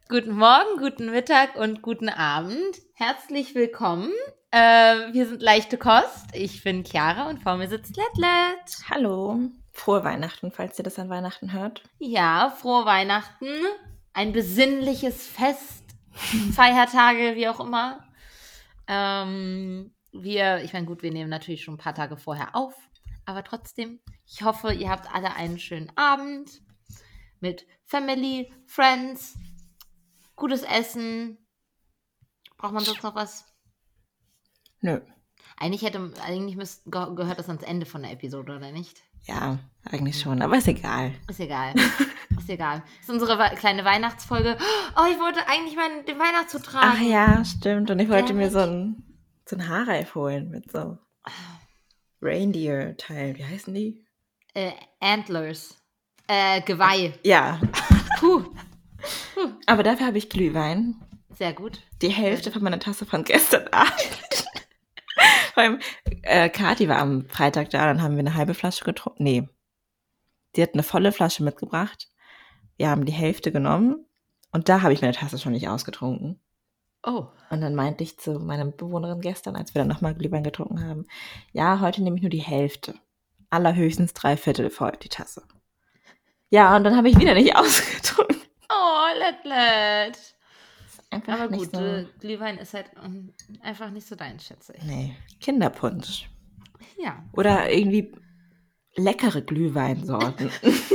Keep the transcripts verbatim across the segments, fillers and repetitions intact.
Guten Morgen, guten Mittag und guten Abend. Herzlich willkommen. Äh, wir sind Leichte Kost. Ich bin Chiara und vor mir sitzt Letlet. Hallo, frohe Weihnachten, falls ihr das an Weihnachten hört. Ja, frohe Weihnachten. Ein besinnliches Fest. Feiertage, wie auch immer. Ähm, wir, ich meine, gut, wir nehmen natürlich schon ein paar Tage vorher auf. Aber trotzdem, ich hoffe, ihr habt alle einen schönen Abend mit Family, Friends, gutes Essen. Braucht man sonst noch was? Nö, Eigentlich hätte, eigentlich müsst, ge- gehört das ans Ende von der Episode, oder nicht? ja, eigentlich schon, aber ist egal. Ist egal. Ist egal. Das ist unsere we- kleine Weihnachtsfolge. Oh, ich wollte eigentlich mal den Weihnachtshut tragen. Ach ja, stimmt. Und ich wollte Damn mir it. so ein, so ein Haarreif holen mit so Reindeer-Teilen. Wie heißen die? Äh, Antlers. Äh, Geweih. Ja, Puh. aber dafür habe ich Glühwein. Sehr gut. Die Hälfte von meiner Tasse von gestern Abend. Vor allem, äh, Kathi war am Freitag da, dann haben wir eine halbe Flasche getrunken. Nee, die hat eine volle Flasche mitgebracht. Wir haben die Hälfte genommen und da habe ich meine Tasse schon nicht ausgetrunken. Oh. Und dann meinte ich zu meiner Bewohnerin gestern, als wir dann nochmal Glühwein getrunken haben, ja, heute nehme ich nur die Hälfte. Allerhöchstens drei Viertel voll die Tasse. Ja, und dann habe ich wieder nicht ausgetrunken. Oh, Letlet. Einfach Aber nicht gut, so. äh, Glühwein ist halt ähm, einfach nicht so dein, schätze ich. Nee, Kinderpunsch. Ja. Oder irgendwie leckere Glühweinsorten.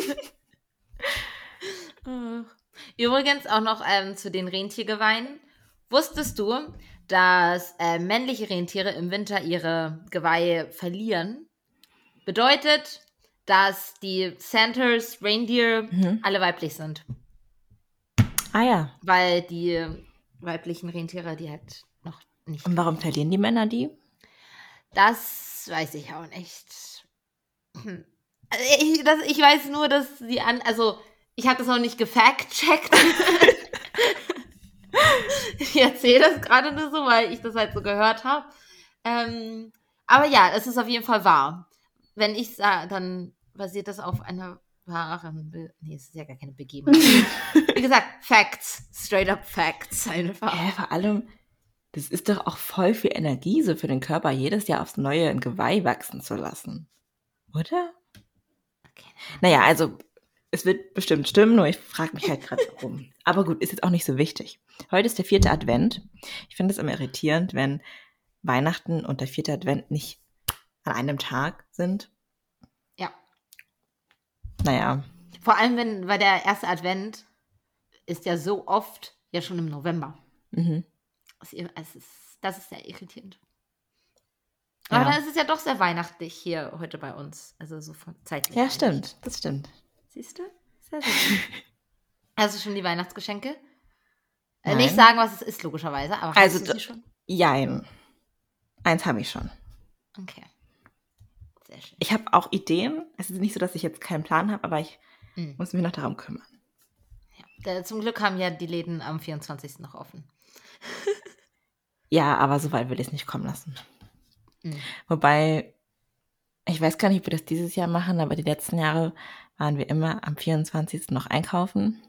Äh. Übrigens auch noch ähm, zu den Rentiergeweihen. Wusstest du, dass äh, männliche Rentiere im Winter ihre Geweihe verlieren? Bedeutet, dass die Santas Reindeer Mhm. alle weiblich sind. Ah ja. Weil die weiblichen Rentiere, die halt noch nicht. Und warum verlieren die Männer die? Das weiß ich auch nicht. Hm. Also ich, das, ich weiß nur, dass sie an. Also, ich habe das noch nicht gefact-checkt. Ich erzähle das gerade nur so, weil ich das halt so gehört habe. Ähm, aber ja, es ist auf jeden Fall wahr. Wenn ich sage, dann basiert das auf einer wahren. Be nee, es ist ja gar keine Begebenheit. Wie gesagt, Facts. Straight up Facts einfach. Hä, vor allem, das ist doch auch voll viel Energie so für den Körper, jedes Jahr aufs Neue ein Geweih wachsen zu lassen. Oder? Okay. Naja, also es wird bestimmt stimmen, nur ich frage mich halt gerade warum. Aber gut, ist jetzt auch nicht so wichtig. Heute ist der vierte Advent. Ich finde es immer irritierend, wenn Weihnachten und der vierte Advent nicht an einem Tag sind. Ja. Naja. Vor allem, wenn, weil der erste Advent ist ja so oft ja schon im November. Mhm. Es ist, das ist sehr irritierend. Aber Ja. dann ist es ja doch sehr weihnachtlich hier heute bei uns. Also so von zeitlich. Ja, eigentlich. stimmt. Das stimmt. Siehst du? Sehr, sehr gut. Hast du schon die Weihnachtsgeschenke? Äh, Nein. nicht sagen, was es ist, logischerweise, aber Also, hast du sie schon? jein. Eins habe ich schon. Okay. Sehr schön. Ich habe auch Ideen. Es ist nicht so, dass ich jetzt keinen Plan habe, aber ich Mhm. muss mich noch darum kümmern. Ja. Da, zum Glück haben ja die Läden am vierundzwanzigsten noch offen. Ja, aber so weit will ich es nicht kommen lassen. Mhm. Wobei, ich weiß gar nicht, ob wir das dieses Jahr machen, aber die letzten Jahre waren wir immer am vierundzwanzigsten noch einkaufen.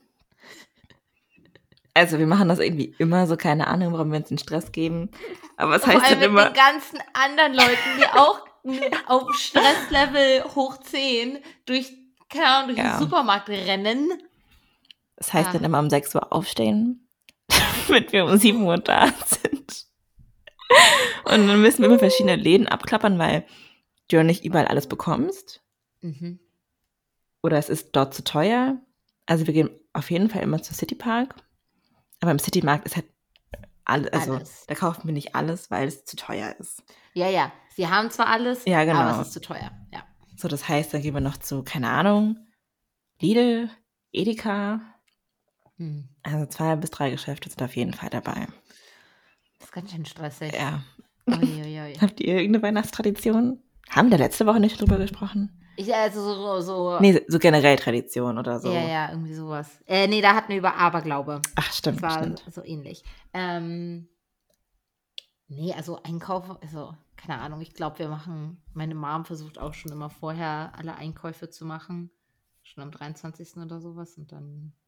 Also wir machen das irgendwie immer so, keine Ahnung, warum wir uns den Stress geben. Aber es Vor heißt allem dann mit immer, den ganzen anderen Leuten, die auch auf Stresslevel hoch zehn durch, keine Ahnung, durch Ja. den Supermarkt rennen. es heißt Ah. dann immer um sechs Uhr aufstehen, damit wir um sieben Uhr da sind. Und dann müssen wir immer verschiedene Läden abklappern, weil du ja nicht überall alles bekommst. Mhm. Oder es ist dort zu teuer. Also wir gehen auf jeden Fall immer zu Citypark. Aber im Citymarkt ist halt alles, also Alles. da kaufen wir nicht alles, weil es zu teuer ist. Ja, ja. Sie haben zwar alles, Ja, genau. aber es ist zu teuer. Ja. So, das heißt, dann gehen wir noch zu, keine Ahnung, Lidl, Edeka. Hm. Also zwei bis drei Geschäfte sind auf jeden Fall dabei. Das ist ganz schön stressig. Ja. Uiuiui. Habt ihr irgendeine Weihnachtstradition? Haben wir letzte Woche nicht drüber gesprochen? Ich, also so, so Nee, so generell Tradition oder so. ja, ja, irgendwie sowas. Äh, nee, da hatten wir über Aberglaube. Ach, stimmt, Das war stimmt. so ähnlich. Ähm, nee, also Einkaufen, also keine Ahnung, ich glaube, wir machen, meine Mom versucht auch schon immer vorher alle Einkäufe zu machen. Schon am dreiundzwanzigsten oder sowas und dann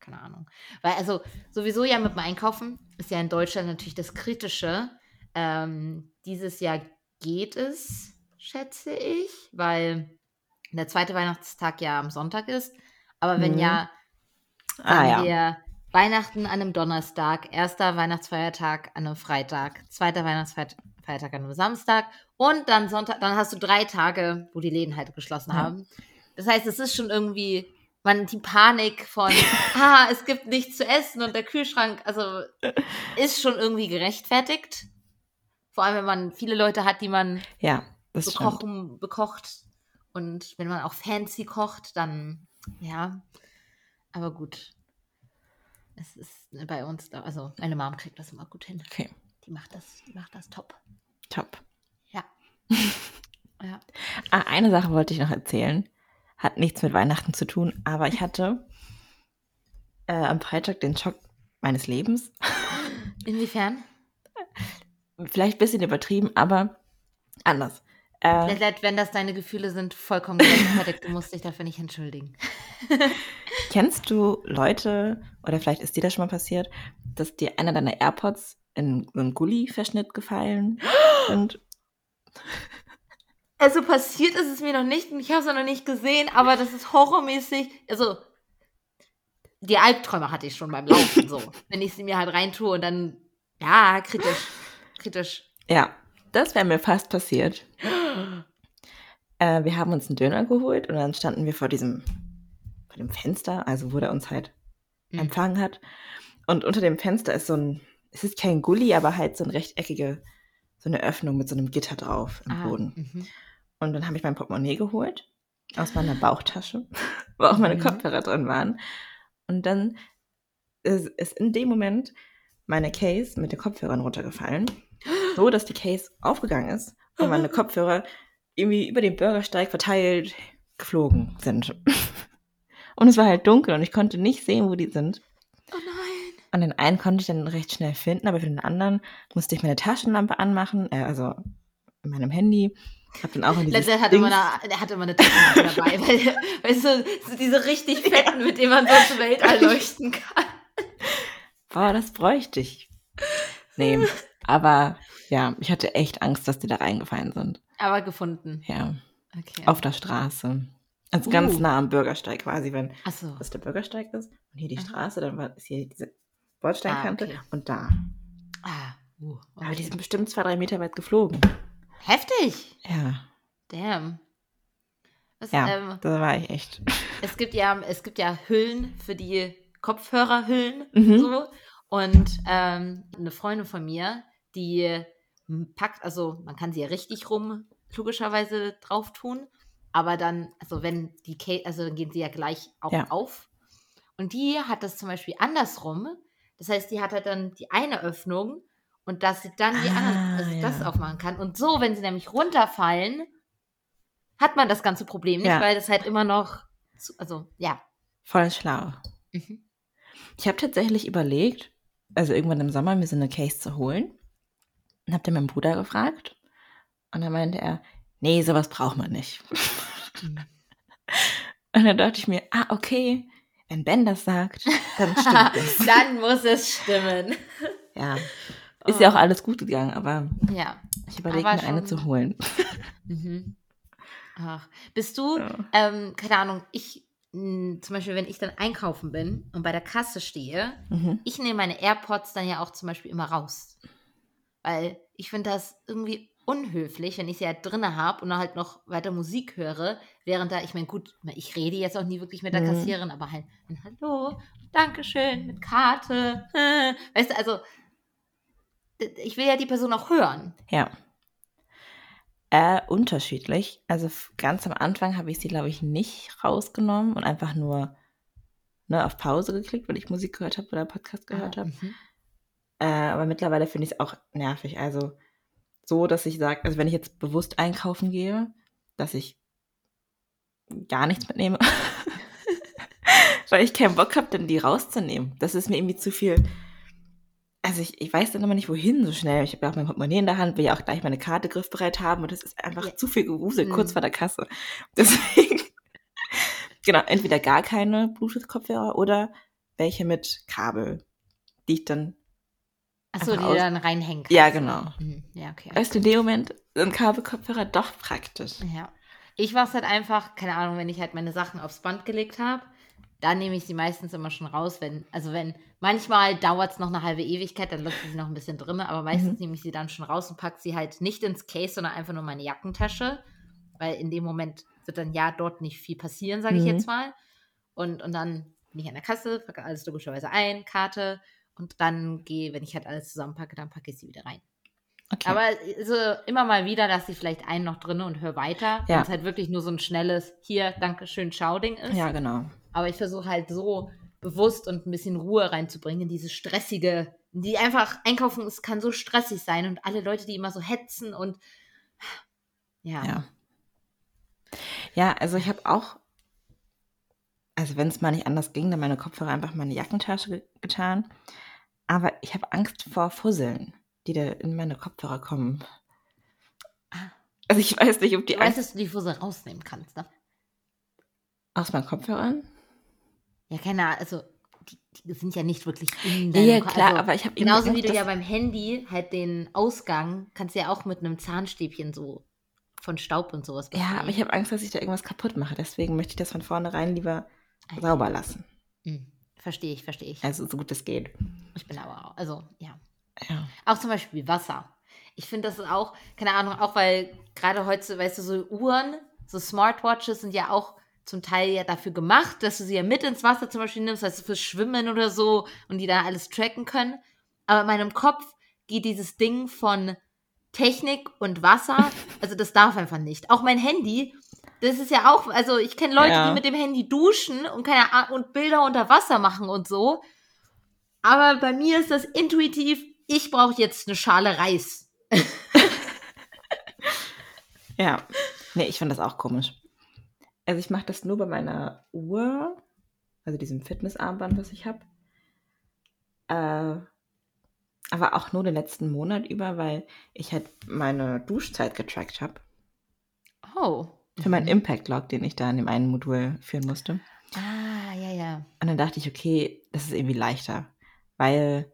keine Ahnung. Weil also sowieso ja mit dem Einkaufen ist ja in Deutschland natürlich das Kritische. Ähm, dieses Jahr geht es, schätze ich, weil der zweite Weihnachtstag ja am Sonntag ist. Aber wenn Mhm. ja, sagen Ah ja. wir Weihnachten an einem Donnerstag, erster Weihnachtsfeiertag an einem Freitag, zweiter Weihnachtsfeiertag an einem Samstag und dann Sonntag, dann hast du drei Tage, wo die Läden halt geschlossen Ja. haben. Das heißt, es ist schon irgendwie, man, die Panik von, ah, es gibt nichts zu essen und der Kühlschrank, also ist schon irgendwie gerechtfertigt. Vor allem, wenn man viele Leute hat, die man Ja, das stimmt. bekochen, bekocht und wenn man auch fancy kocht, dann, ja, aber gut. Es ist bei uns, da, also meine Mom kriegt das immer gut hin. Okay, Die macht das, die macht das top. top. Ja. Ja. Ah, eine Sache wollte ich noch erzählen. Hat nichts mit Weihnachten zu tun, aber ich hatte äh, am Freitag den Schock meines Lebens. Inwiefern? Vielleicht ein bisschen übertrieben, aber anders. Äh, Vielleicht, wenn das deine Gefühle sind, vollkommen gerechtfertigt. Du musst dich dafür nicht entschuldigen. Kennst du Leute, oder vielleicht ist dir das schon mal passiert, dass dir einer deiner AirPods in so einen Gulli-Verschnitt gefallen sind? Also passiert ist es mir noch nicht und ich habe es noch nicht gesehen, aber das ist horrormäßig. Also die Albträume hatte ich schon beim Laufen so. Wenn ich sie mir halt reintue und dann, ja, kritisch, kritisch. Ja, das wäre mir fast passiert. äh, wir haben uns einen Döner geholt und dann standen wir vor diesem, vor dem Fenster, also wo der uns halt Mhm. empfangen hat. Und unter dem Fenster ist so ein, es ist kein Gully, aber halt so eine rechteckige, so eine Öffnung mit so einem Gitter drauf im Ah, Boden. mhm. Und dann habe ich mein Portemonnaie geholt aus meiner Bauchtasche, wo auch meine Mhm. Kopfhörer drin waren. Und dann ist, ist in dem Moment meine Case mit den Kopfhörern runtergefallen, so dass die Case aufgegangen ist und meine Kopfhörer irgendwie über den Bürgersteig verteilt geflogen sind. Und es war halt dunkel und ich konnte nicht sehen, wo die sind. Oh nein. Und den einen konnte ich dann recht schnell finden, aber für den anderen musste ich meine Taschenlampe anmachen, äh, also in meinem Handy. Hab dann auch in dieses Letzter hat Dings- immer eine, der hat immer eine Taschenlampe dabei, weil, weißt du, so diese richtig fetten, mit denen man so zur Weltall leuchten kann. Boah, das bräuchte ich. Nee, aber ja, ich hatte echt Angst, dass die da reingefallen sind. Aber gefunden. Ja, Okay. auf der Straße. Also ganz Uh. nah am Bürgersteig quasi, wenn Achso. das der Bürgersteig ist und hier die Aha. Straße, dann war ist hier diese Bordsteinkante Ah, okay. und da. Ah, uh, okay. Aber die sind bestimmt zwei, drei Meter weit geflogen. Heftig. Ja, Damn. Was, ja, ähm, da war ich echt. es gibt ja, es gibt ja Hüllen für die Kopfhörerhüllen Mhm. so. Und ähm, eine Freundin von mir, die packt, also man kann sie ja richtig rum logischerweise drauf tun, aber dann, also wenn die Case, also dann gehen sie ja gleich auch Ja. auf. Und die hat das zum Beispiel andersrum. Das heißt, die hat halt dann die eine Öffnung und dass sie dann die Ah, andere, also ja. das aufmachen kann. Und so, wenn sie nämlich runterfallen, hat man das ganze Problem nicht, Ja. weil das halt immer noch, zu, also ja. Voll schlau. Mhm. Ich habe tatsächlich überlegt, also irgendwann im Sommer mir so eine Case zu holen. Und habe dann meinen Bruder gefragt. Und dann meinte er, nee, sowas braucht man nicht. Mhm. Und dann dachte ich mir, ah, okay, wenn Ben das sagt, dann stimmt es. Dann muss es stimmen. Ja, ist ja auch alles gut gegangen, aber Ja. ich überlege Aber mir eine schon- zu holen. Mhm. Ach, bist du, Ja. ähm, keine Ahnung, ich, mh, zum Beispiel, wenn ich dann einkaufen bin und bei der Kasse stehe, Mhm. ich nehme meine AirPods dann ja auch zum Beispiel immer raus. Weil ich finde das irgendwie unhöflich, wenn ich sie halt drinne habe und dann halt noch weiter Musik höre, während da, ich meine, gut, ich rede jetzt auch nie wirklich mit der Mhm. Kassiererin, aber halt ein Hallo, Dankeschön, mit Karte. Weißt du, also ich will ja die Person auch hören. Ja. Äh, unterschiedlich. Also f- ganz am Anfang habe ich sie, glaube ich, nicht rausgenommen und einfach nur ne, auf Pause geklickt, weil ich Musik gehört habe oder Podcast gehört habe. Mhm. Äh, aber mittlerweile finde ich es auch nervig. Also so, dass ich sage, also wenn ich jetzt bewusst einkaufen gehe, dass ich gar nichts mitnehme. Weil ich keinen Bock habe, dann die rauszunehmen. Das ist mir irgendwie zu viel. Also ich, ich weiß dann immer nicht, wohin so schnell. Ich habe ja auch mein Portemonnaie in der Hand, will ja auch gleich meine Karte griffbereit haben und das ist einfach Ja. zu viel Gewusel Mhm. kurz vor der Kasse. Deswegen, genau, entweder gar keine Bluetooth-Kopfhörer oder welche mit Kabel, die ich dann Achso, die einfach du aus- dann reinhängen kannst. Ja, genau. Mhm. Ja, okay. Weißt du, in dem Moment sind Kabelkopfhörer doch praktisch. Ja. Ich mache es halt einfach, keine Ahnung, wenn ich halt meine Sachen aufs Band gelegt habe, dann nehme ich sie meistens immer schon raus, wenn, also wenn, manchmal dauert es noch eine halbe Ewigkeit, dann lasse ich sie noch ein bisschen drin, aber meistens Mhm. nehme ich sie dann schon raus und packe sie halt nicht ins Case, sondern einfach nur in meine Jackentasche, weil in dem Moment wird dann ja dort nicht viel passieren, sage ich Mhm. jetzt mal. Und, und dann bin ich an der Kasse, packe alles logischerweise ein, Karte und dann gehe, wenn ich halt alles zusammenpacke, dann packe ich sie wieder rein. Okay. Aber so immer mal wieder lasse ich vielleicht einen noch drin und höre weiter, Ja. wenn es halt wirklich nur so ein schnelles Hier, Dankeschön, Ciao-Ding ist. Ja, genau. Aber ich versuche halt so bewusst und ein bisschen Ruhe reinzubringen in dieses stressige, die einfach einkaufen, es kann so stressig sein und alle Leute, die immer so hetzen und ja. Ja. Ja, also ich habe auch, also wenn es mal nicht anders ging, dann meine Kopfhörer einfach in meine Jackentasche ge- getan. Aber ich habe Angst vor Fusseln, die da in meine Kopfhörer kommen. Ah. Also ich weiß nicht, ob die Du weißt, Angst dass du die Fussel rausnehmen kannst, ne? aus meinen Kopfhörern. Ja, keine Ahnung, also die, die sind ja nicht wirklich in Ja, deinem ja, Ko- klar, also, aber ich habe genauso irgendwie wie du Angst, ja dass- beim Handy halt den Ausgang kannst du ja auch mit einem Zahnstäbchen so von Staub und sowas Ja, aber befreien. ich habe Angst, dass ich da irgendwas kaputt mache. Deswegen möchte ich das von vornherein lieber Ah, ja. sauber lassen. Hm, verstehe ich, verstehe ich. Also so gut es geht. Ich bin aber auch, also ja. Ja. Auch zum Beispiel Wasser. Ich finde das ist auch, keine Ahnung, auch weil gerade heute, weißt du, so Uhren, so Smartwatches sind ja auch zum Teil ja dafür gemacht, dass du sie ja mit ins Wasser zum Beispiel nimmst, weißt du, fürs Schwimmen oder so und die da alles tracken können. Aber in meinem Kopf geht dieses Ding von Technik und Wasser, also das darf einfach nicht. Auch mein Handy, das ist ja auch, also ich kenne Leute, Ja. die mit dem Handy duschen und, keine Ahnung, und Bilder unter Wasser machen und so. Aber bei mir ist das intuitiv, ich brauche jetzt eine Schale Reis. Ja. Nee, ich finde das auch komisch. Also ich mache das nur bei meiner Uhr, also diesem Fitnessarmband, was ich habe. Äh, aber auch nur den letzten Monat über, weil ich halt meine Duschzeit getrackt habe. Oh. Für meinen Mhm. Impact-Log, den ich da in dem einen Modul führen musste. Ah, ja, ja. Und dann dachte ich, okay, das ist irgendwie leichter. Weil,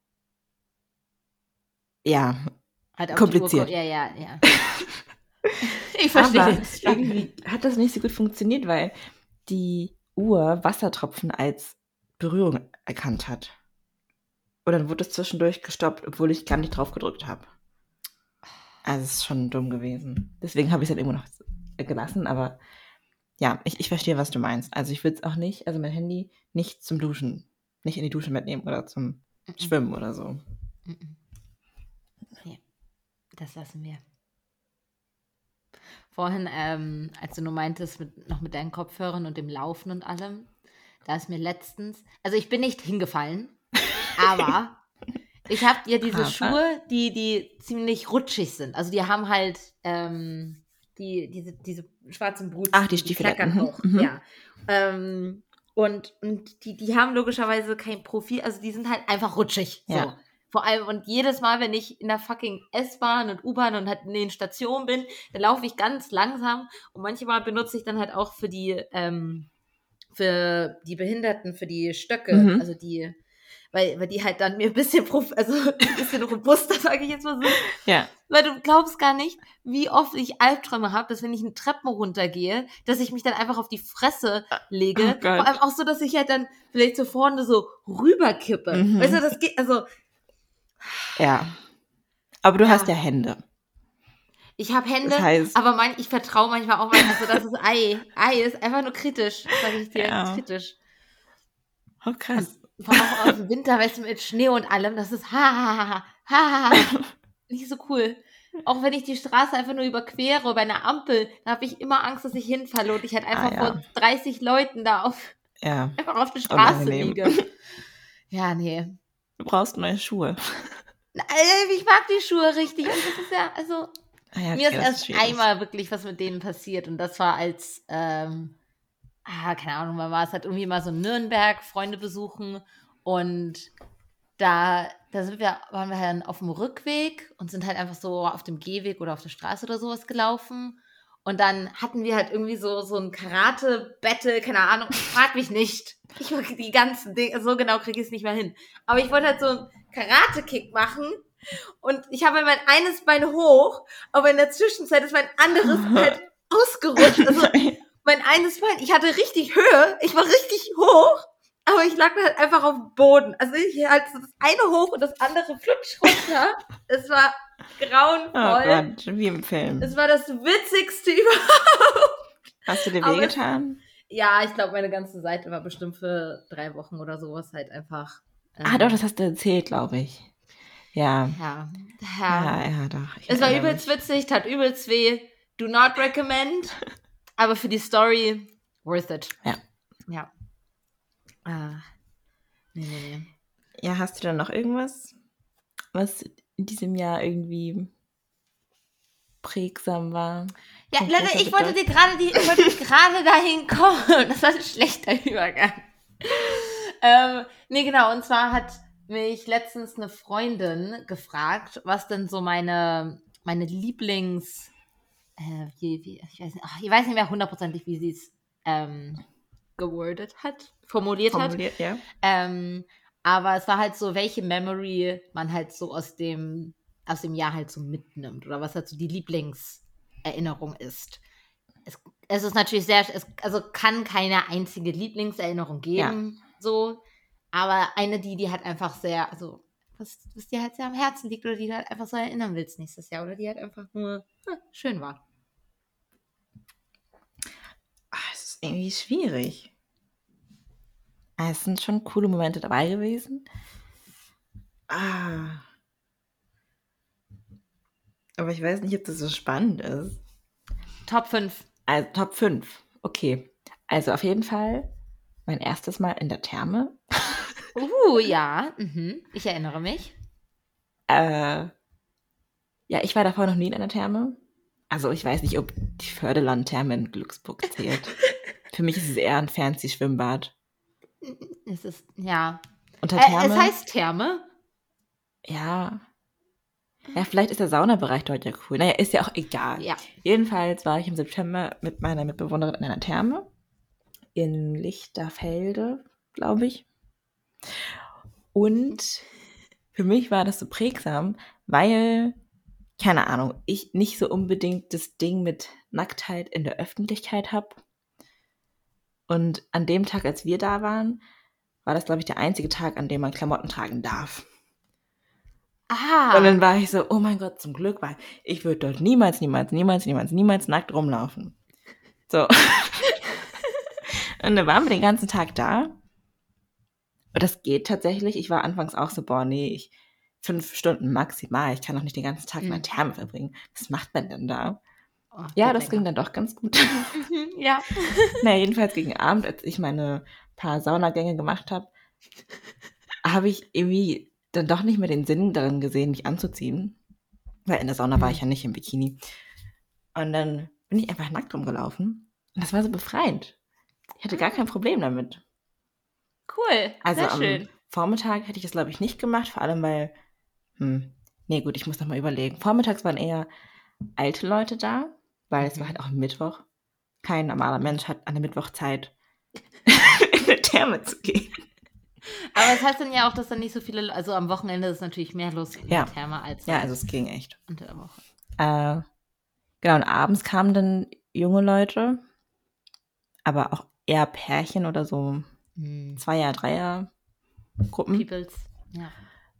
ja, Halt auf kompliziert. Die Uhr, ko- ja, ja, ja. Ich verstehe Aber den Struggle. irgendwie hat das nicht so gut funktioniert, weil die Uhr Wassertropfen als Berührung erkannt hat. Und dann wurde es zwischendurch gestoppt, obwohl ich gar nicht drauf gedrückt habe. Also es ist schon dumm gewesen. Deswegen habe ich es dann irgendwo noch gelassen, aber ja, ich, ich verstehe, was du meinst. Also ich will es auch nicht, also mein Handy nicht zum Duschen, nicht in die Dusche mitnehmen oder zum Schwimmen oder so. Mhm. Nee, das lassen wir. Vorhin, ähm, als du nur meintest, mit, noch mit deinen Kopfhörern und dem Laufen und allem, da ist mir letztens, also ich bin nicht hingefallen, aber ich habe ja diese Aber? Schuhe, die, die ziemlich rutschig sind. Also die haben halt ähm, die, diese, diese schwarzen Boots, Ach, die die Stiefeletten, klackern mhm, auch. mhm. Ja. Ähm, und und die, die haben logischerweise kein Profil, also die sind halt einfach rutschig. So. Ja. Vor allem, und jedes Mal, wenn ich in der fucking S-Bahn und U-Bahn und halt in den Stationen bin, dann laufe ich ganz langsam und manchmal benutze ich dann halt auch für die, ähm, für die Behinderten, für die Stöcke, Mhm. also die, weil, weil die halt dann mir ein bisschen, prof also ein bisschen robuster, sage ich jetzt mal so. Ja. Weil du glaubst gar nicht, wie oft ich Albträume habe, dass wenn ich eine Treppen runtergehe, dass ich mich dann einfach auf die Fresse lege. Oh Gott. Vor allem auch so, dass ich halt dann vielleicht so vorne so rüberkippe. Mhm. Weißt du, das geht, also Ja. Aber du Ja. hast ja Hände. ich habe Hände, Das heißt- aber mein, ich vertraue manchmal auch mal, also das ist Ei. Ei ist einfach nur kritisch, sage ich dir, Ja. kritisch. Oh, krass. Vor allem auch im Winter, weißt du, mit Schnee und allem, das ist ha, ha, ha, ha, ha. Nicht so cool. Auch wenn ich die Straße einfach nur überquere bei einer Ampel, da habe ich immer Angst, dass ich hinfalle und ich halt einfach Ah, ja. vor dreißig Leuten da auf, Ja. einfach auf der Straße Unangenehm. liege. Ja, nee. Du brauchst neue Schuhe. Na, äh, Ich mag die Schuhe richtig und das ist ja, also Ah, ja, mir okay, ist das erst schwierig. einmal wirklich was mit denen passiert und das war als, ähm, ah, keine Ahnung, wann war es, halt irgendwie mal so in Nürnberg, Freunde besuchen und da, da sind wir, waren wir dann auf dem Rückweg und sind halt einfach so auf dem Gehweg oder auf der Straße oder sowas gelaufen Und dann hatten wir halt irgendwie so, so ein Karate-Battle, keine Ahnung, frag mich nicht. Ich mag die ganzen Dinge, so genau kriege ich es nicht mehr hin. Aber ich wollte halt so einen Karate-Kick machen und ich habe mein eines Bein hoch, aber in der Zwischenzeit ist mein anderes halt ausgerutscht. Also mein eines Bein, ich hatte richtig Höhe, ich war richtig hoch, aber ich lag halt einfach auf dem Boden. Also ich halt das eine hoch und das andere flutsch runter. Es war grauenvoll. Oh Gott, wie im Film. Es war das Witzigste überhaupt. Hast du dir Aber wehgetan? Ja, ich glaube, meine ganze Seite war bestimmt für drei Wochen oder sowas halt einfach. Ähm, Ah, doch, das hast du erzählt, glaube ich. Ja. Ja, ja. Ja, ja, doch. Ich Es war erinnere übelst mich. witzig, tat übelst weh. Do not recommend. Aber für die Story, worth it. Ja. Ja. Ah. Nee, nee, nee. Ja, hast du dann noch irgendwas, was in diesem Jahr irgendwie prägsam war? Ja, Von Leute, großer ich wollte Bedeutung? dir gerade die, ich wollte gerade dahin kommen. Das war ein schlechter Übergang. ähm, nee, genau. Und zwar hat mich letztens eine Freundin gefragt, was denn so meine, meine Lieblings, äh, wie, wie, ich weiß nicht, ach, ich weiß nicht mehr hundertprozentig, wie sie es ähm, gewordet hat, formuliert, Formuliert, hat. ja. Ähm, aber es war halt so, welche Memory man halt so aus dem, aus dem Jahr halt so mitnimmt oder was halt so die Lieblingserinnerung ist. Es, es ist natürlich sehr, es also kann keine einzige Lieblingserinnerung geben, so, aber eine, die die halt einfach sehr, also was, was dir halt sehr am Herzen liegt oder die du halt einfach so erinnern willst nächstes Jahr oder die halt einfach nur hm, schön war. Ach, es ist irgendwie schwierig. Ah, es sind schon coole Momente dabei gewesen. Ah. Aber ich weiß nicht, ob das so spannend ist. Top fünf. Also Top fünf. Okay. Also auf jeden Fall mein erstes Mal in der Therme. Uh, ja, mhm. Ich erinnere mich. Äh, ja, ich war davor noch nie in einer Therme. Also ich weiß nicht, ob die Fördeland-Therme in Glücksburg zählt. Für mich ist es eher ein fancy Schwimmbad. Es ist, ja. Unter Äh, Therme? es heißt Therme. Ja. Ja, vielleicht ist der Saunabereich dort ja cool. Naja, ist ja auch egal. Ja. Jedenfalls war ich im September mit meiner Mitbewohnerin in einer Therme. In Lichterfelde, glaube ich. Und für mich war das so prägsam, weil, keine Ahnung, ich nicht so unbedingt das Ding mit Nacktheit in der Öffentlichkeit habe. Und an dem Tag, als wir da waren, war das, glaube ich, der einzige Tag, an dem man Klamotten tragen darf. Ah. Und dann war ich so, oh mein Gott, zum Glück, weil ich würde dort niemals, niemals, niemals, niemals, niemals nackt rumlaufen. So. Und dann waren wir den ganzen Tag da. Und das geht tatsächlich. Ich war anfangs auch so, boah, nee, ich, fünf Stunden maximal. Ich kann doch nicht den ganzen Tag in der Therme verbringen. Was macht man denn da? Oh, Ja, geht das ging länger. dann doch ganz gut. Ja. Na, jedenfalls gegen Abend, als ich meine paar Saunagänge gemacht habe, habe ich irgendwie dann doch nicht mehr den Sinn darin gesehen, mich anzuziehen. Weil in der Sauna war ich ja nicht im Bikini. Und dann bin ich einfach nackt rumgelaufen. Und das war so befreiend. Ich hatte gar kein Problem damit. Cool. Also Sehr am schön. Vormittag hätte ich das, glaube ich, nicht gemacht. Vor allem, weil, hm, nee, gut, ich muss noch mal überlegen. Vormittags waren eher alte Leute da, weil es war halt auch Mittwoch. Kein normaler Mensch hat an der Mittwoch Zeit, in eine Therme zu gehen. Aber es heißt dann ja auch, dass dann nicht so viele, also am Wochenende ist natürlich mehr los in Ja. der Therme als Ja, halt also es ging echt. unter der Woche. Äh, genau, und abends kamen dann junge Leute, aber auch eher Pärchen oder so Hm. Zweier-, Dreier-Gruppen. Peoples. Ja.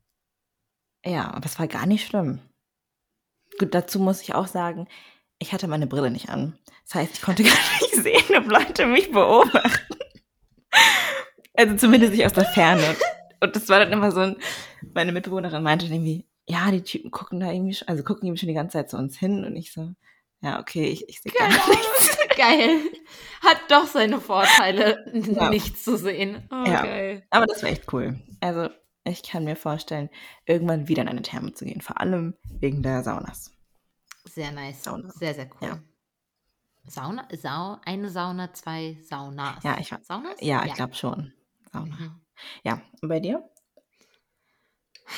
Ja, aber es war gar nicht schlimm. Gut, dazu muss ich auch sagen, ich hatte meine Brille nicht an. Das heißt, ich konnte gar nicht sehen, ob Leute mich beobachten. Also zumindest nicht aus der Ferne. Und das war dann immer so ein, meine Mitbewohnerin meinte dann irgendwie, ja, die Typen gucken da irgendwie, schon, also gucken irgendwie schon die ganze Zeit zu uns hin. Und ich so, ja, okay, ich, ich sehe gar Keine nichts. Geil. Hat doch seine Vorteile, Ja. nichts zu sehen. Oh, Ja. geil. Aber das war echt cool. Also ich kann mir vorstellen, irgendwann wieder in eine Therme zu gehen. Vor allem wegen der Saunas. Sehr nice. Sauna. Sehr, sehr cool. Ja. Sauna? Sau, eine Sauna, zwei Saunas. Ja, ich war- Saunas? Ja, ich glaube schon. Sauna. Mhm. Ja, und bei dir?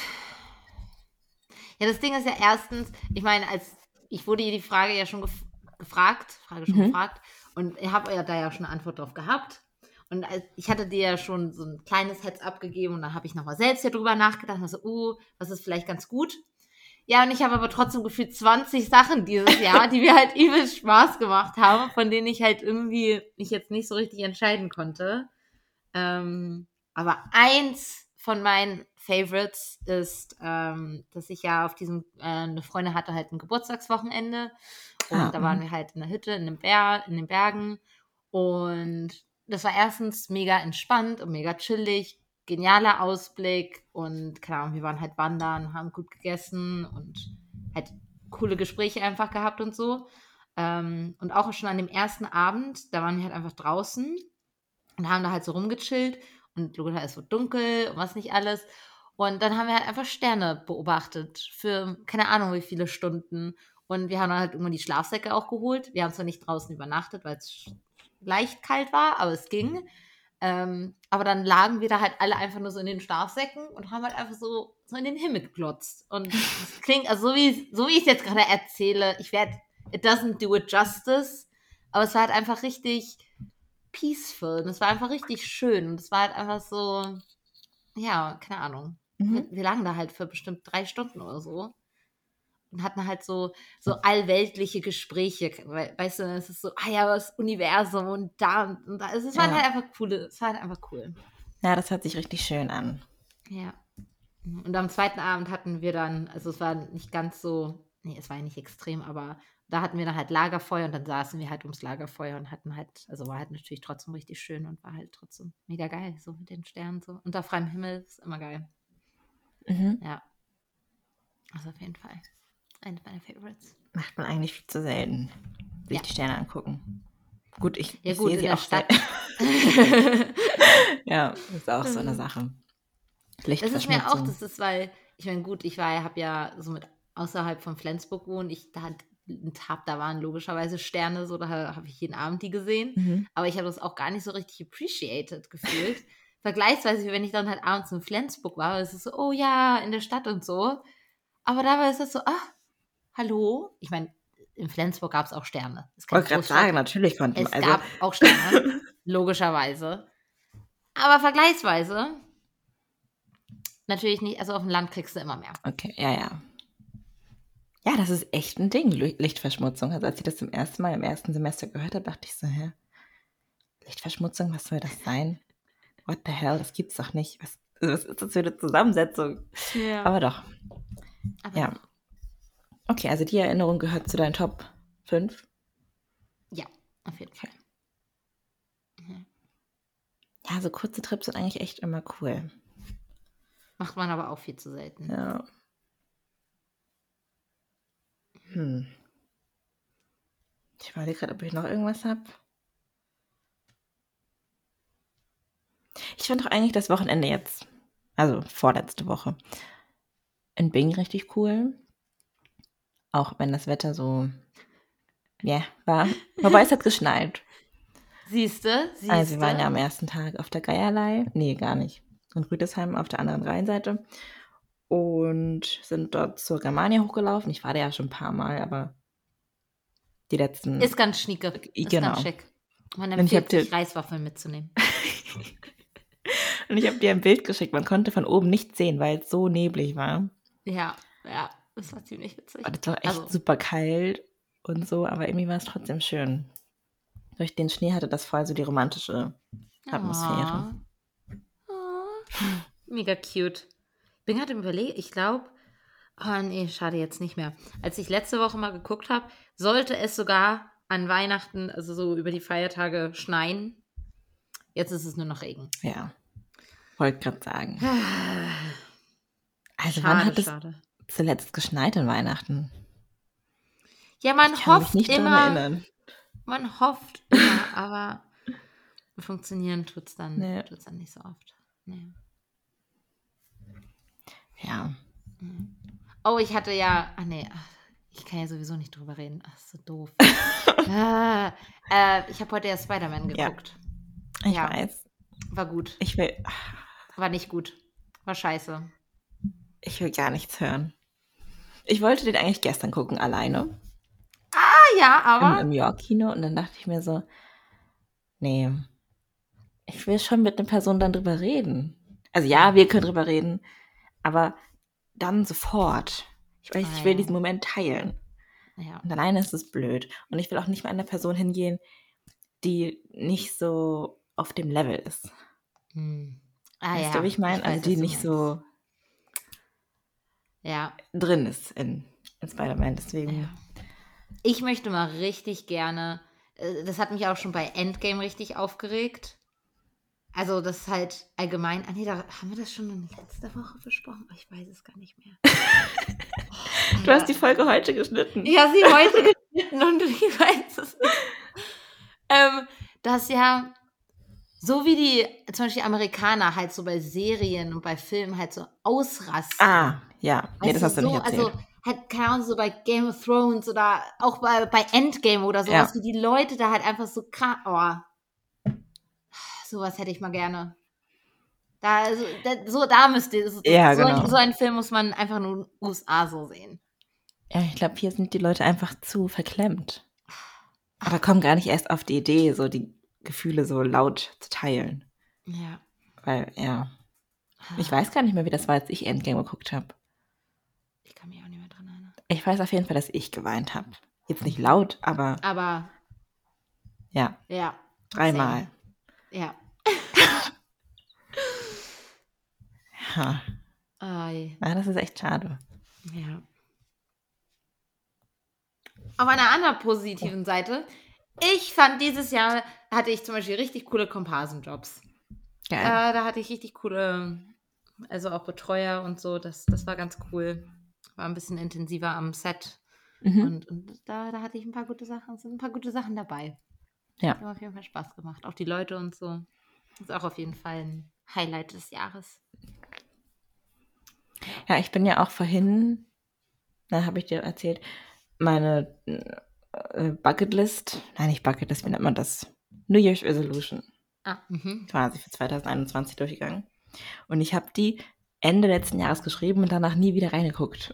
Ja, das Ding ist ja erstens, ich meine, als ich wurde dir die Frage ja schon gef- gefragt, Frage schon Mhm. gefragt. Und ich habe ja da ja schon eine Antwort drauf gehabt. Und ich hatte dir ja schon so ein kleines Heads-up gegeben und dann habe ich nochmal selbst hier drüber nachgedacht und so, uh, was ist vielleicht ganz gut. Ja, und ich habe aber trotzdem gefühlt zwanzig Sachen dieses Jahr, die mir halt übelst Spaß gemacht haben, von denen ich halt irgendwie mich jetzt nicht so richtig entscheiden konnte. Ähm, aber eins von meinen Favorites ist, ähm, dass ich ja auf diesem, äh, eine Freundin hatte halt ein Geburtstagswochenende und Ah, da mhm. waren wir halt in der Hütte in, dem Ber in den Bergen und das war erstens mega entspannt und mega chillig, genialer Ausblick und keine Ahnung, wir waren halt wandern, haben gut gegessen und halt coole Gespräche einfach gehabt und so. Ähm, und auch schon an dem ersten Abend, da waren wir halt einfach draußen und haben da halt so rumgechillt und logisch ist so dunkel und was nicht alles. Und dann haben wir halt einfach Sterne beobachtet für keine Ahnung wie viele Stunden. Und wir haben dann halt irgendwann die Schlafsäcke auch geholt. Wir haben zwar nicht draußen übernachtet, weil es leicht kalt war, aber es ging. Ähm, aber dann lagen wir da halt alle einfach nur so in den Schlafsäcken und haben halt einfach so, so in den Himmel geglotzt. Und das klingt, also so wie, so wie ich es jetzt gerade erzähle, ich werde, it doesn't do it justice, aber es war halt einfach richtig peaceful und es war einfach richtig schön und es war halt einfach so, ja, keine Ahnung. Wir, Mhm. wir lagen da halt für bestimmt drei Stunden oder so und hatten halt so, so allweltliche Gespräche. We- Weißt du, es ist so, ah ja, das Universum und da und, und da. Es es waren Ja. halt einfach coole, es war halt einfach cool. Ja, das hört sich richtig schön an. Ja. Und am zweiten Abend hatten wir dann, also es war nicht ganz so, nee, es war ja nicht extrem, aber da hatten wir dann halt Lagerfeuer und dann saßen wir halt ums Lagerfeuer und hatten halt, also war halt natürlich trotzdem richtig schön und war halt trotzdem mega geil, so mit den Sternen so. Unter freiem Himmel ist immer geil. Mhm. Ja. Also auf jeden Fall. Eines meiner Favorites. Macht man eigentlich viel zu selten. Sich Ja. die Sterne angucken. Gut, ich, Ja ich gut, sehe in sie der auch Stadt. selten. Ja, ist auch so eine Sache. Das ist mir auch, Lichtverschmutzung. das ist, weil, ich meine, gut, ich war, habe ja so mit außerhalb von Flensburg gewohnt. Ich da hat einen Tag, da waren logischerweise Sterne, so, da habe ich jeden Abend die gesehen. Mhm. Aber ich habe das auch gar nicht so richtig appreciated gefühlt. Vergleichsweise, wenn ich dann halt abends in Flensburg war, ist es so, oh ja, in der Stadt und so. Aber dabei ist es so, ah, hallo? Ich meine, in Flensburg gab es auch Sterne. Das ist Ich keine wollte gerade Großstadt. sagen, natürlich konnte man. Es Also, gab auch Sterne, logischerweise. Aber vergleichsweise natürlich nicht, also auf dem Land kriegst du immer mehr. okay, ja, ja. Ja, das ist echt ein Ding, Li- Lichtverschmutzung. Also als ich das zum ersten Mal im ersten Semester gehört habe, dachte ich so, hä? Lichtverschmutzung, was soll das sein? What the hell, das gibt's doch nicht. Was, was ist das für eine Zusammensetzung? Ja. Aber doch. Aber Ja. Okay, also die Erinnerung gehört zu deinen Top fünf. ja, auf jeden Fall. Mhm. Ja, so kurze Trips sind eigentlich echt immer cool. Macht man aber auch viel zu selten. Ja. Hm. Ich überlege gerade, ob ich noch irgendwas habe. Ich fand doch eigentlich das Wochenende jetzt, also vorletzte Woche, in Bing richtig cool. Auch wenn das Wetter so, ja, yeah, war. Wobei es hat geschneit. Siehste, siehste. Also wir waren ja am ersten Tag auf der Geierlei. Nee, gar nicht. In Rüdesheim auf der anderen Rheinseite. Und sind dort zur Germania hochgelaufen. Ich war da ja schon ein paar Mal, aber die letzten... Ist ganz schnieke. Ist Genau. ganz schick. Man Und ich hab empfiehlt sich, dir- Reiswaffeln mitzunehmen. Und ich habe dir ein Bild geschickt. Man konnte von oben nichts sehen, weil es so neblig war. Ja, ja, das war ziemlich witzig. Und es war echt Also, super kalt und so, aber irgendwie war es trotzdem schön. Durch den Schnee hatte das voll so die romantische Atmosphäre. Oh. Oh. Mega cute. Bin gerade im Überlegen, ich glaube, oh nee, schade jetzt nicht mehr. Als ich letzte Woche mal geguckt habe, sollte es sogar an Weihnachten, also so über die Feiertage schneien. Jetzt ist es nur noch Regen. Ja, wollte gerade sagen. Also Schade, wann hat es schade. zuletzt geschneit an Weihnachten? Ja, man Ich kann mich hofft nicht daran immer, erinnern. man hofft immer, aber funktionieren tut es dann, Nee. tut's dann nicht so oft. Nee. Ja. Oh, ich hatte ja, ach nee, ach, ich kann ja sowieso nicht drüber reden. Ach, so doof. ah, äh, ich habe heute ja Spider-Man Ja. geguckt. Ich Ja. weiß. War gut. Ich will, War nicht gut. War scheiße. ich will gar nichts hören. Ich wollte den eigentlich gestern gucken, alleine. Ah ja, im, aber. im York-Kino und dann dachte ich mir so, nee, ich will schon mit einer Person dann drüber reden. Also ja, wir können drüber reden, aber dann sofort. Ich weiß, Ah, ich will ja. diesen Moment teilen. Ja. Und alleine ist es blöd. Und ich will auch nicht mit einer Person hingehen, die nicht so auf dem Level ist. Hm. Ah, Weißt ja. du, wie ich meine? weiß, Also die was du nicht meinst. so Ja. drin ist in, in Spider-Man. Deswegen. Ja. Ich möchte mal richtig gerne, äh, das hat mich auch schon bei Endgame richtig aufgeregt. Also das ist halt allgemein, ah nee, da haben wir das schon letzte Woche besprochen? Oh, ich weiß es gar nicht mehr. Du hast die Folge heute geschnitten. Ich habe sie heute geschnitten und ich weiß es nicht. Ähm, dass ja, so wie die, zum Beispiel Amerikaner halt so bei Serien und bei Filmen halt so ausrasten. Ah, ja. Nee, Weißt das hast du so, nicht erzählt. Also halt, keine Ahnung, so bei Game of Thrones oder auch bei, bei Endgame oder sowas, Ja. wie die Leute da halt einfach so krass, oh, sowas hätte ich mal gerne. Da, also, da, so, da müsst ihr, so, Ja, so, genau. ein, so einen Film muss man einfach nur in den U S A so sehen. Ja, ich glaube, hier sind die Leute einfach zu verklemmt. Aber kommen gar nicht erst auf die Idee, so die Gefühle so laut zu teilen. Ja. Weil, ja. Ich weiß gar nicht mehr, wie das war, als ich Endgame geguckt habe. Ich kann mich auch nicht mehr dran erinnern. Ich weiß auf jeden Fall, dass ich geweint habe. Jetzt nicht laut, aber Aber, ja, ja. dreimal. Same. Ja. Ja. Ei. Ah, das ist echt schade. Ja. Auf einer anderen positiven Seite, ich fand dieses Jahr, hatte ich zum Beispiel richtig coole Komparsenjobs. Geil. Äh, da hatte ich richtig coole, also auch Betreuer und so, das, das war ganz cool. War ein bisschen intensiver am Set. Mhm. Und, und da, da hatte ich ein paar gute Sachen, sind ein paar gute Sachen dabei. Ja. Hat auf jeden Fall Spaß gemacht. Auch die Leute und so. Ist auch auf jeden Fall ein Highlight des Jahres. Ja, ich bin ja auch vorhin, da habe ich dir erzählt, meine äh, Bucketlist, nein, nicht Bucketlist, wie nennt man das? New Year's Resolution. Ah, mhm. Quasi für zwanzig einundzwanzig durchgegangen. Und ich habe die Ende letzten Jahres geschrieben und danach nie wieder reingeguckt.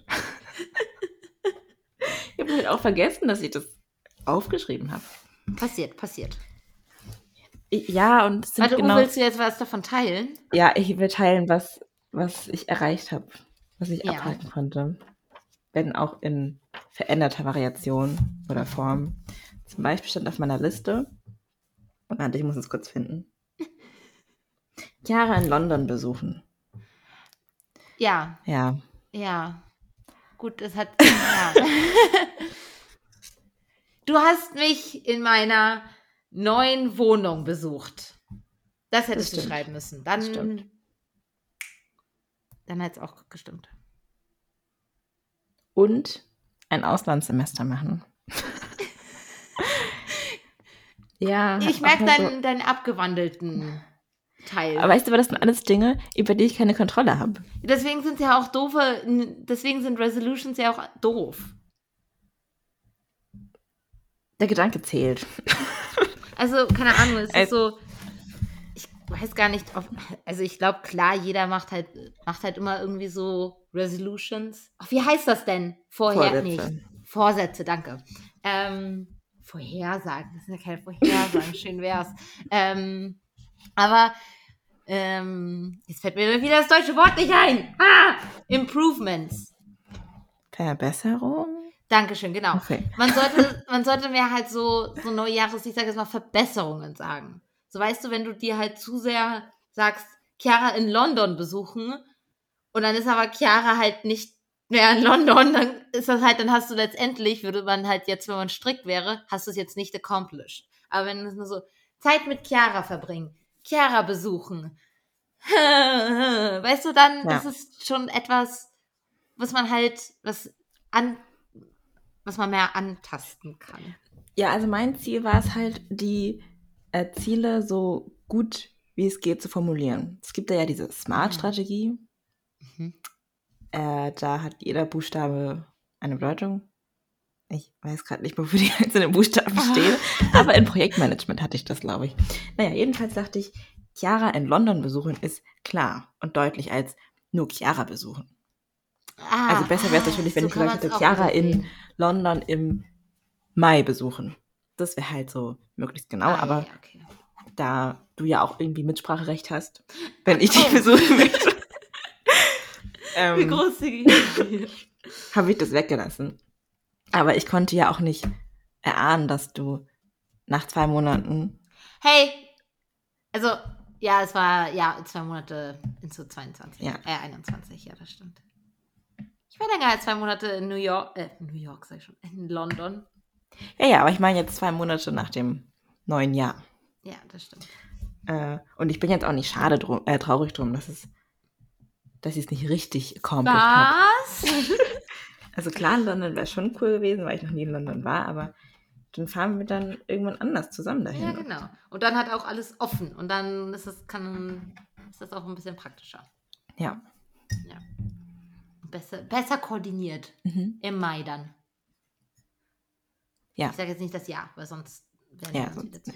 Ich habe halt auch vergessen, dass ich das aufgeschrieben habe. Passiert, passiert. Ja, und es sind Warte, genau, oh, willst du jetzt was davon teilen? ja, ich will teilen, was, was ich erreicht habe, was ich Ja. abhalten konnte. Wenn auch in veränderter Variation oder Form. Zum Beispiel stand auf meiner Liste, warte, ich muss es kurz finden, Chiara in London besuchen. Ja, Ja. ja. Gut, es hat. Ja. Du hast mich in meiner neuen Wohnung besucht. Das hättest du stimmt. schreiben müssen. Das Dann, stimmt. dann hätte es auch gestimmt. Und ein Auslandssemester machen. Ja. Ich auch merke mal deinen, deinen abgewandelten Teil. Aber weißt du, aber das sind alles Dinge, über die ich keine Kontrolle habe. Deswegen sind ja auch doofe, deswegen sind Resolutions ja auch doof. Der Gedanke zählt. Also, keine Ahnung, es ist Also- so, ich weiß gar nicht, ob, also ich glaube, klar, jeder macht halt, macht halt immer irgendwie so Resolutions. Ach, wie heißt das denn? Vorher, Vorsätze. nicht. Vorsätze, danke. Ähm, Vorhersagen, das sind ja keine Vorhersagen, schön wär's. Ähm, aber, ähm, jetzt fällt mir wieder das deutsche Wort nicht ein. Ah! Improvements. Verbesserung? Dankeschön, genau. Okay. Man sollte, man sollte mir halt so, so Neujahres, ich sage jetzt mal, Verbesserungen sagen. So weißt du, wenn du dir halt zu sehr sagst, Chiara in London besuchen und dann ist aber Chiara halt nicht mehr in London, dann ist das halt, dann hast du letztendlich, würde man halt jetzt, wenn man strikt wäre, hast du es jetzt nicht accomplished. Aber wenn es nur so, Zeit mit Chiara verbringen, Chiara besuchen, weißt du, dann, Ja. das ist schon etwas, was man halt, was an was man mehr antasten kann. Ja, also mein Ziel war es halt, die äh, Ziele so gut wie es geht zu formulieren. Es gibt da ja diese Smart-Strategie. Mhm. Äh, da hat jeder Buchstabe eine Bedeutung. Ich weiß gerade nicht, wofür die einzelnen Buchstaben stehen, aber in Projektmanagement hatte ich das, glaube ich. Naja, jedenfalls dachte ich, Chiara in London besuchen ist klar und deutlich als nur Chiara besuchen. Ah, Also besser wäre es natürlich, wenn so ich kann gesagt hätte, man's auch Chiara wieder in sehen. London im Mai besuchen. Das wäre halt so möglichst genau, Ah, aber ja, okay. da du ja auch irgendwie Mitspracherecht hast, wenn ich dich besuchen möchte, Wie ähm, großzügig. habe ich das weggelassen. Aber ich konnte ja auch nicht erahnen, dass du nach zwei Monaten... Hey, also, ja, es war, ja, zwei Monate into zweiundzwanzig. Ja. Äh, einundzwanzig, ja, das stimmt. Ich war länger als zwei Monate in New York, äh, New York, sag ich schon, in London. Ja, ja, aber ich meine jetzt zwei Monate nach dem neuen Jahr. Ja, das stimmt. Äh, und ich bin jetzt auch nicht schade drum, äh, traurig drum, dass es, dass ich es nicht richtig accomplished habe. Was? Also klar, in London wäre schon cool gewesen, weil ich noch nie in London war, aber dann fahren wir dann irgendwann anders zusammen dahin. Ja, genau. Und dann hat auch alles offen. Und dann ist das, kann, ist das auch ein bisschen praktischer. Ja. Ja. Besser, besser koordiniert. Mhm. Im Mai dann. Ja. Ich sage jetzt nicht das Jahr, weil sonst werden Ja, wir uns sonst- wieder zu.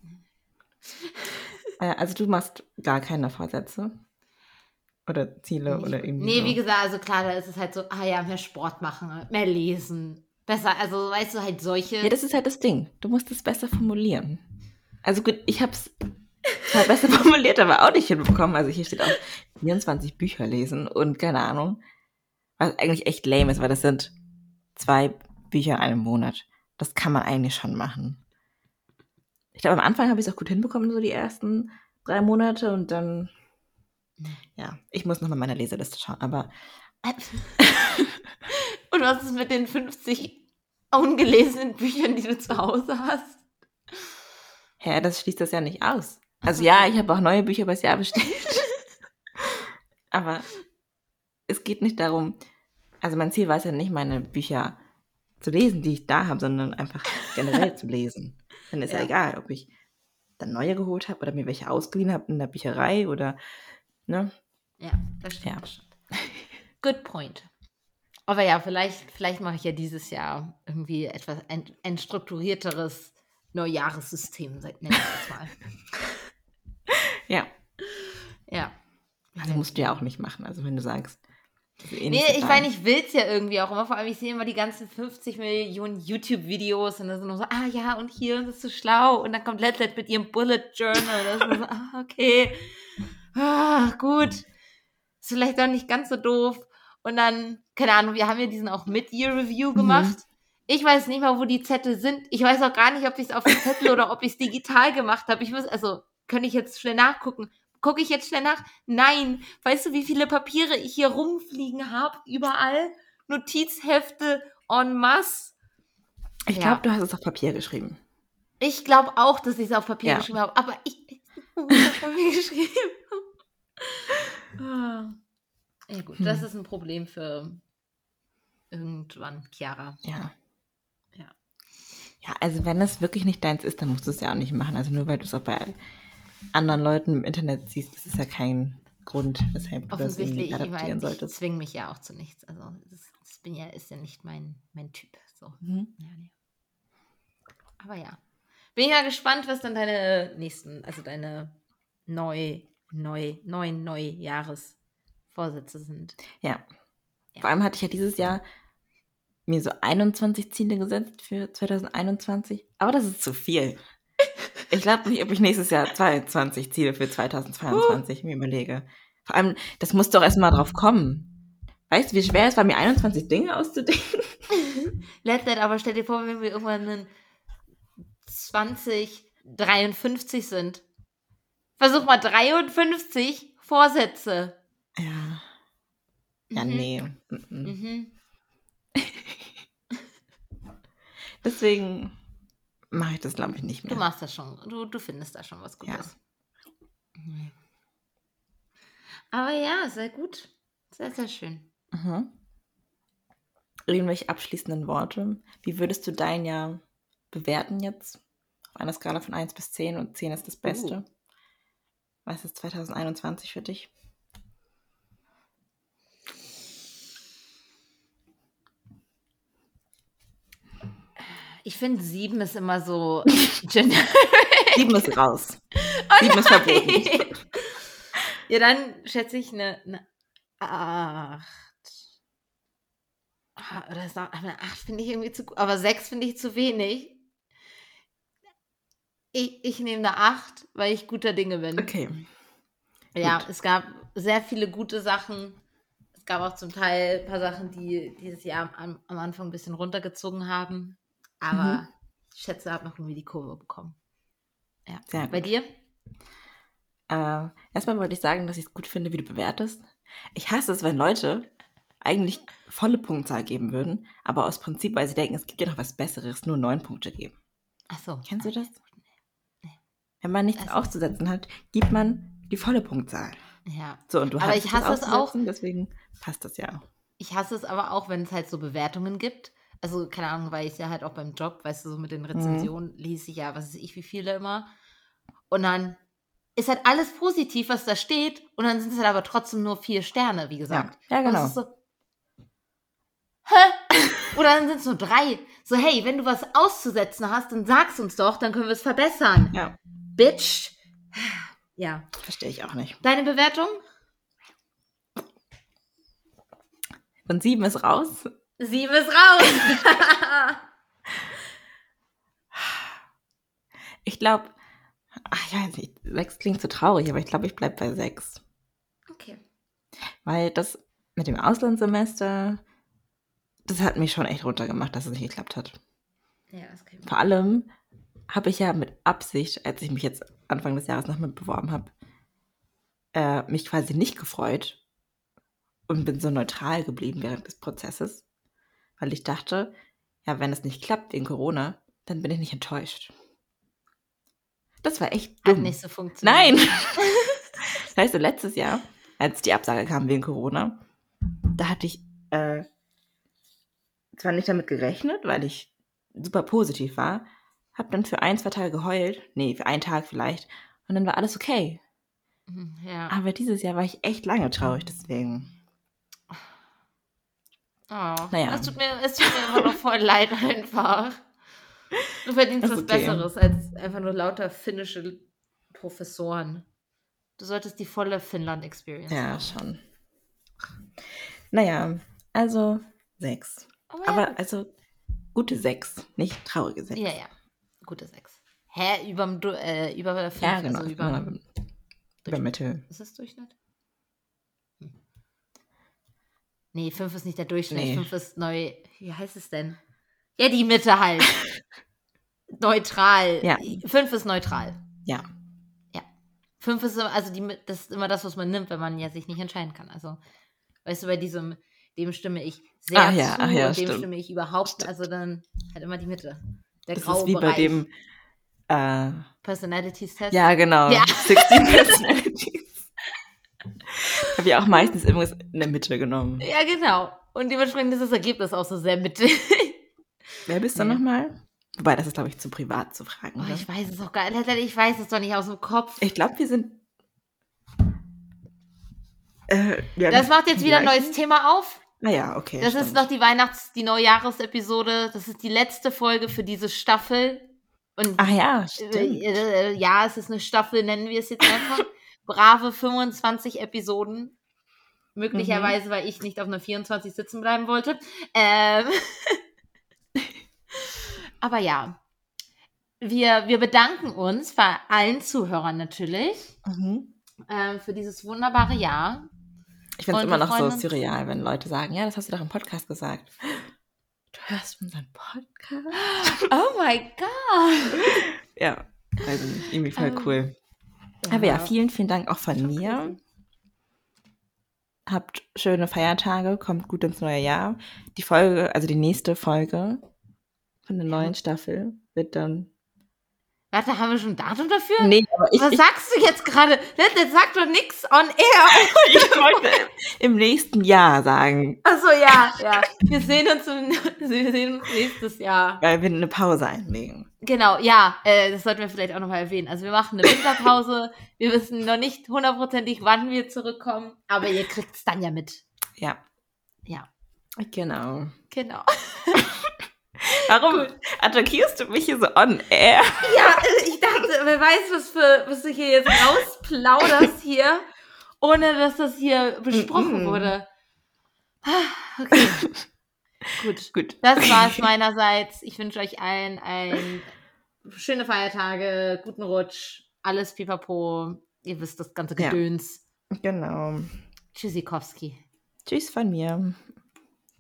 Äh, also du machst gar keine Vorsätze oder Ziele oder irgendwie Nee, so. wie gesagt, also klar, da ist es halt so, ah ja, mehr Sport machen, mehr lesen. Besser, also weißt du, halt solche. Ja, das ist halt das Ding. Du musst es besser formulieren. Also gut, ich habe es zwar besser formuliert, aber auch nicht hinbekommen. Also hier steht auch vierundzwanzig Bücher lesen und keine Ahnung. Was eigentlich echt lame ist, weil das sind zwei Bücher in einem Monat. Das kann man eigentlich schon machen. Ich glaube, am Anfang habe ich es auch gut hinbekommen, so die ersten drei Monate und dann, ja, ich muss noch mal meine Leseliste schauen, aber Und was ist mit den fünfzig ungelesenen Büchern, die du zu Hause hast? ja, das schließt das ja nicht aus. Also ja, ich habe auch neue Bücher übers Jahr bestellt. Aber es geht nicht darum, also mein Ziel war es ja nicht, meine Bücher zu lesen, die ich da habe, sondern einfach generell zu lesen. Dann ist ja. ja egal, ob ich dann neue geholt habe oder mir welche ausgeliehen habe in der Bücherei oder, ne? Ja, das stimmt. Ja. Das stimmt. Good point. Aber ja, vielleicht, vielleicht mache ich ja dieses Jahr irgendwie etwas ein, ein strukturierteres Neujahressystem, nenne ich das mal. Ja. Ja. Also musst du ja auch nicht machen, also wenn du sagst. Eh nee, ich meine, ich will es ja irgendwie auch immer. Vor allem, ich sehe immer die ganzen fünfzig Millionen YouTube-Videos und dann sind nur so, ah ja, und hier, und das ist so schlau. Und dann kommt Let Let mit ihrem Bullet Journal. Das ist so, ah, okay. Ah, gut. Ist vielleicht auch nicht ganz so doof. Und dann, keine Ahnung, wir haben ja diesen auch Mid-Year-Review gemacht. Mhm. Ich weiß nicht mal, wo die Zettel sind. Ich weiß auch gar nicht, ob ich es auf dem Zettel oder ob ich es digital gemacht habe. Ich muss, also, könnte ich jetzt schnell nachgucken. Gucke ich jetzt schnell nach? Nein. Weißt du, wie viele Papiere ich hier rumfliegen habe? Überall. Notizhefte en masse. Ich glaube, ja. Du hast es auf Papier geschrieben. Ich glaube auch, dass ich es auf Papier ja. geschrieben habe. Aber ich habe es auf Papier geschrieben. Ah. Ja gut, hm. Das ist ein Problem für irgendwann, Chiara. Ja. Ja. Ja, also wenn es wirklich nicht deins ist, dann musst du es ja auch nicht machen. Also nur weil du es auch bei anderen Leuten im Internet siehst, das ist ja kein Grund, weshalb du das irgendwie adaptieren ich solltest. Ich zwinge mich ja auch zu nichts. Also das, das bin ja, ist ja nicht mein, mein Typ. So. Mhm. Ja, nee. Aber ja. Bin ja gespannt, was dann deine nächsten, also deine neu, neu, neuen Neujahresvorsätze sind. Ja. ja. Vor allem hatte ich ja dieses Jahr mir so einundzwanzig Ziele gesetzt für zwanzig einundzwanzig. Aber das ist zu viel. Ich glaube nicht, ob ich nächstes Jahr zweiundzwanzig Ziele für zwanzig zweiundzwanzig uh. mir überlege. Vor allem, das muss doch erstmal drauf kommen. Weißt du, wie schwer es war, mir einundzwanzig Dinge auszudenken? Letztendlich, aber stell dir vor, wenn wir irgendwann in zwanzig dreiundfünfzig sind. Versuch mal dreiundfünfzig Vorsätze. Ja. Ja, mhm. nee. Mhm. Mhm. Deswegen mache ich das, glaube ich, nicht mehr. Du machst das schon. Du, du findest da schon was Gutes. Ja. Mhm. Aber ja, sehr gut. Sehr, sehr schön. Mhm. Irgendwelche abschließenden Worte? Wie würdest du dein Jahr bewerten jetzt? Auf einer Skala von eins bis zehn und zehn ist das Beste. Uh. Was ist zwanzig einundzwanzig für dich? Ich finde, sieben ist immer so... sieben ist raus. Oh sieben ist verboten. Ja, dann schätze ich eine, eine acht. oder ist auch, aber acht finde ich irgendwie zu gut, aber sechs finde ich zu wenig. Ich, ich nehme eine acht, weil ich guter Dinge bin. Okay. Ja, gut. es gab sehr viele gute Sachen. Es gab auch zum Teil ein paar Sachen, die dieses Jahr am, am Anfang ein bisschen runtergezogen haben. Aber Mhm. ich schätze, ich habe noch irgendwie die Kurve bekommen. Ja. Sehr Bei gut. dir? Äh, erstmal wollte ich sagen, dass ich es gut finde, wie du bewertest. Ich hasse es, wenn Leute eigentlich volle Punktzahl geben würden, aber aus Prinzip, weil sie denken, es gibt ja noch was Besseres, nur neun Punkte geben. Ach so. Kennst du das? Nee. Wenn man nichts Also- auszusetzen hat, gibt man die volle Punktzahl. Ja. So, und du Aber hattest ich das hasse es auch. auszusetzen, deswegen passt das ja. Ich hasse es aber auch, wenn es halt so Bewertungen gibt. Also, keine Ahnung, weil ich ja halt auch beim Job, weißt du, so mit den Rezensionen lese ich ja, was weiß ich, wie viele immer. Und dann ist halt alles positiv, was da steht. Und dann sind es halt aber trotzdem nur vier Sterne, wie gesagt. Ja, ja, Und genau. es ist so, hä? Oder dann sind es nur drei. So, hey, wenn du was auszusetzen hast, dann sag's uns doch, dann können wir es verbessern. Ja, Bitch. Ja. verstehe ich auch nicht. Deine Bewertung? Und sieben ist raus. Sieben ist raus. Ich glaube, ich weiß nicht, sechs klingt zu traurig, aber ich glaube, ich bleibe bei sechs. Okay. Weil das mit dem Auslandssemester, das hat mich schon echt runtergemacht, dass es nicht geklappt hat. Ja, das kann ich Vor allem habe ich ja mit Absicht, als ich mich jetzt Anfang des Jahres nochmal beworben habe, äh, mich quasi nicht gefreut und bin so neutral geblieben während des Prozesses, weil ich dachte, ja, wenn es nicht klappt wegen Corona, dann bin ich nicht enttäuscht. Das war echt dumm. Hat nicht so funktioniert. Nein! Das heißt, so letztes Jahr, als die Absage kam wegen Corona, da hatte ich äh, zwar nicht damit gerechnet, weil ich super positiv war, habe dann für ein, zwei Tage geheult, nee, für einen Tag vielleicht, und dann war alles okay. Ja. Aber dieses Jahr war ich echt lange traurig, deswegen. Oh, Naja. es tut mir, es tut mir immer noch voll leid einfach. Du verdienst Ist was okay. Besseres als einfach nur lauter finnische Professoren. Du solltest die volle Finnland-Experience Ja, haben. schon. Naja, also sechs. Aber, ja, Aber gut. also gute sechs, nicht traurige sechs. ja, ja. Gute sechs. Hä? Überm, Du- äh, über fünf? Ja, genau. Also über, über, über Mitte. ist das Durchschnitt? Hm. Nee, fünf ist nicht der Durchschnitt. Nee. fünf ist neu. Wie heißt es denn? Ja, die Mitte halt. Neutral. Ja. fünf ist neutral. Ja. fünf ist immer- also die, das ist immer das, was man nimmt, wenn man ja sich nicht entscheiden kann. Also, weißt du, bei diesem, dem stimme ich sehr Ach ja, zu ach ja, und dem stimmt. stimme ich überhaupt nicht. Also dann halt immer die Mitte. Der Das graue ist wie bei Bereich. dem äh, Personalities-Test. ja, genau. Ja. sechzehn Personalities. Habe ich auch meistens irgendwas in der Mitte genommen. Ja, genau. Und dementsprechend ist das Ergebnis auch so sehr mittig. Wer bist du Nee. nochmal? Wobei, das ist, glaube ich, zu privat zu fragen. Oh, oder? ich weiß es auch gar nicht. Ich weiß es doch nicht aus dem Kopf. Ich glaube, wir sind. Äh, wir Das haben macht jetzt die wieder ein gleichen. neues Thema auf. Naja, okay. Das stimmt. ist noch die Weihnachts-, die Neujahresepisode. Das ist die letzte Folge für diese Staffel. Und Ach ja, äh, stimmt. äh, ja, es ist eine Staffel, nennen wir es jetzt einfach. Brave fünfundzwanzig Episoden. Möglicherweise, weil ich nicht auf einer vierundzwanzig sitzen bleiben wollte. Ähm. Aber ja. Wir, wir bedanken uns bei allen Zuhörern natürlich Mhm. ähm, für dieses wunderbare Jahr. Ich finde es Und immer wir noch so freuen uns- surreal, wenn Leute sagen, ja, das hast du doch im Podcast gesagt. Du hörst unseren Podcast? Oh mein Gott. Ja, also irgendwie voll Ähm, cool. Aber ja, vielen, vielen Dank auch von mir. crazy. Habt schöne Feiertage, kommt gut ins neue Jahr. Die Folge, also die nächste Folge von der neuen Staffel wird dann... Warte, haben wir schon ein Datum dafür? Nee, aber ich, Was ich, sagst du jetzt gerade? Jetzt sag doch nix on air. ich wollte im nächsten Jahr sagen, Achso, ja, ja. Wir sehen uns, im, wir sehen uns nächstes Jahr. weil wir eine Pause einlegen. Genau, ja, äh, das sollten wir vielleicht auch nochmal erwähnen. Also wir machen eine Winterpause. Wir wissen noch nicht hundertprozentig, wann wir zurückkommen, aber ihr kriegt es dann ja mit. Ja, Ja, genau. genau. Warum attackierst du mich hier so on air? Ja, ich dachte, wer weiß, was, für, was du hier jetzt rausplauderst hier, ohne dass das hier besprochen Mm-mm. wurde. Ah, okay. Gut. Gut. Das war's meinerseits. Ich wünsche euch allen ein schöne Feiertage, guten Rutsch, alles pipapo. Ihr wisst das ganze Ja. Gedöns. Genau. Tschüssikowski. Tschüss von mir.